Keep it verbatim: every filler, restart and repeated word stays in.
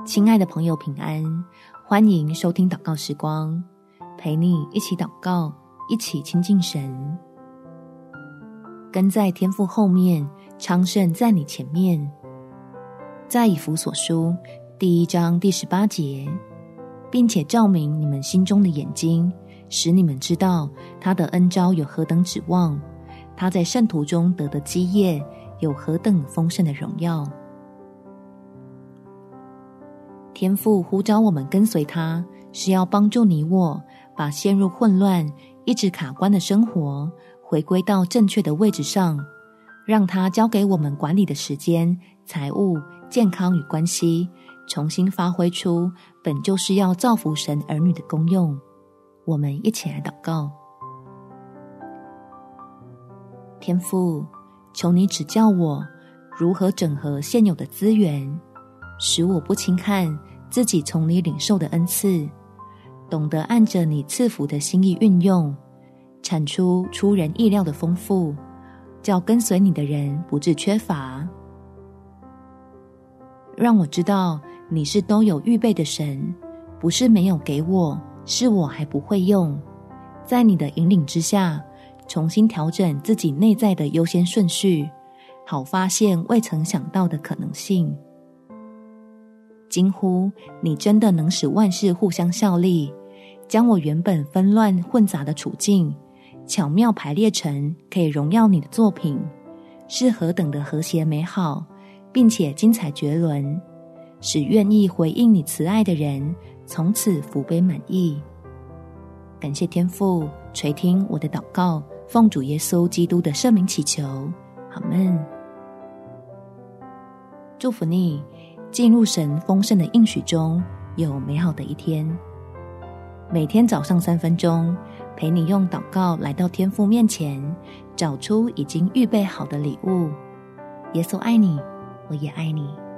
亲爱的朋友平安，欢迎收听祷告时光，陪你一起祷告，一起亲近神。跟在天父后面，昌盛在你前面。在以弗所书第一章第十八节，并且照明你们心中的眼睛，使你们知道他的恩召有何等指望，他在圣徒中得的基业有何等丰盛的荣耀。天父呼召我们跟随他，是要帮助你我把陷入混乱、一直卡关的生活回归到正确的位置上，让他交给我们管理的时间、财务、健康与关系，重新发挥出本就是要造福神儿女的功用。我们一起来祷告。天父，求你指教我如何整合现有的资源，使我不轻看自己从你领受的恩赐，懂得按着你赐福的心意运用，产出出人意料的丰富，叫跟随你的人不致缺乏。让我知道你是都有预备的神，不是没有给我，是我还不会用。在你的引领之下，重新调整自己内在的优先顺序，好发现未曾想到的可能性。惊呼你真的能使万事互相效力，将我原本纷乱混杂的处境巧妙排列成可以荣耀你的作品，是何等的和谐美好，并且精彩绝伦，使愿意回应你慈爱的人从此福杯满溢。感谢天父垂听我的祷告，奉主耶稣基督的圣名祈求，阿们。祝福你进入神丰盛的应许中，有美好的一天。每天早上三分钟，陪你用祷告来到天父面前，找出已经预备好的礼物。耶稣爱你，我也爱你。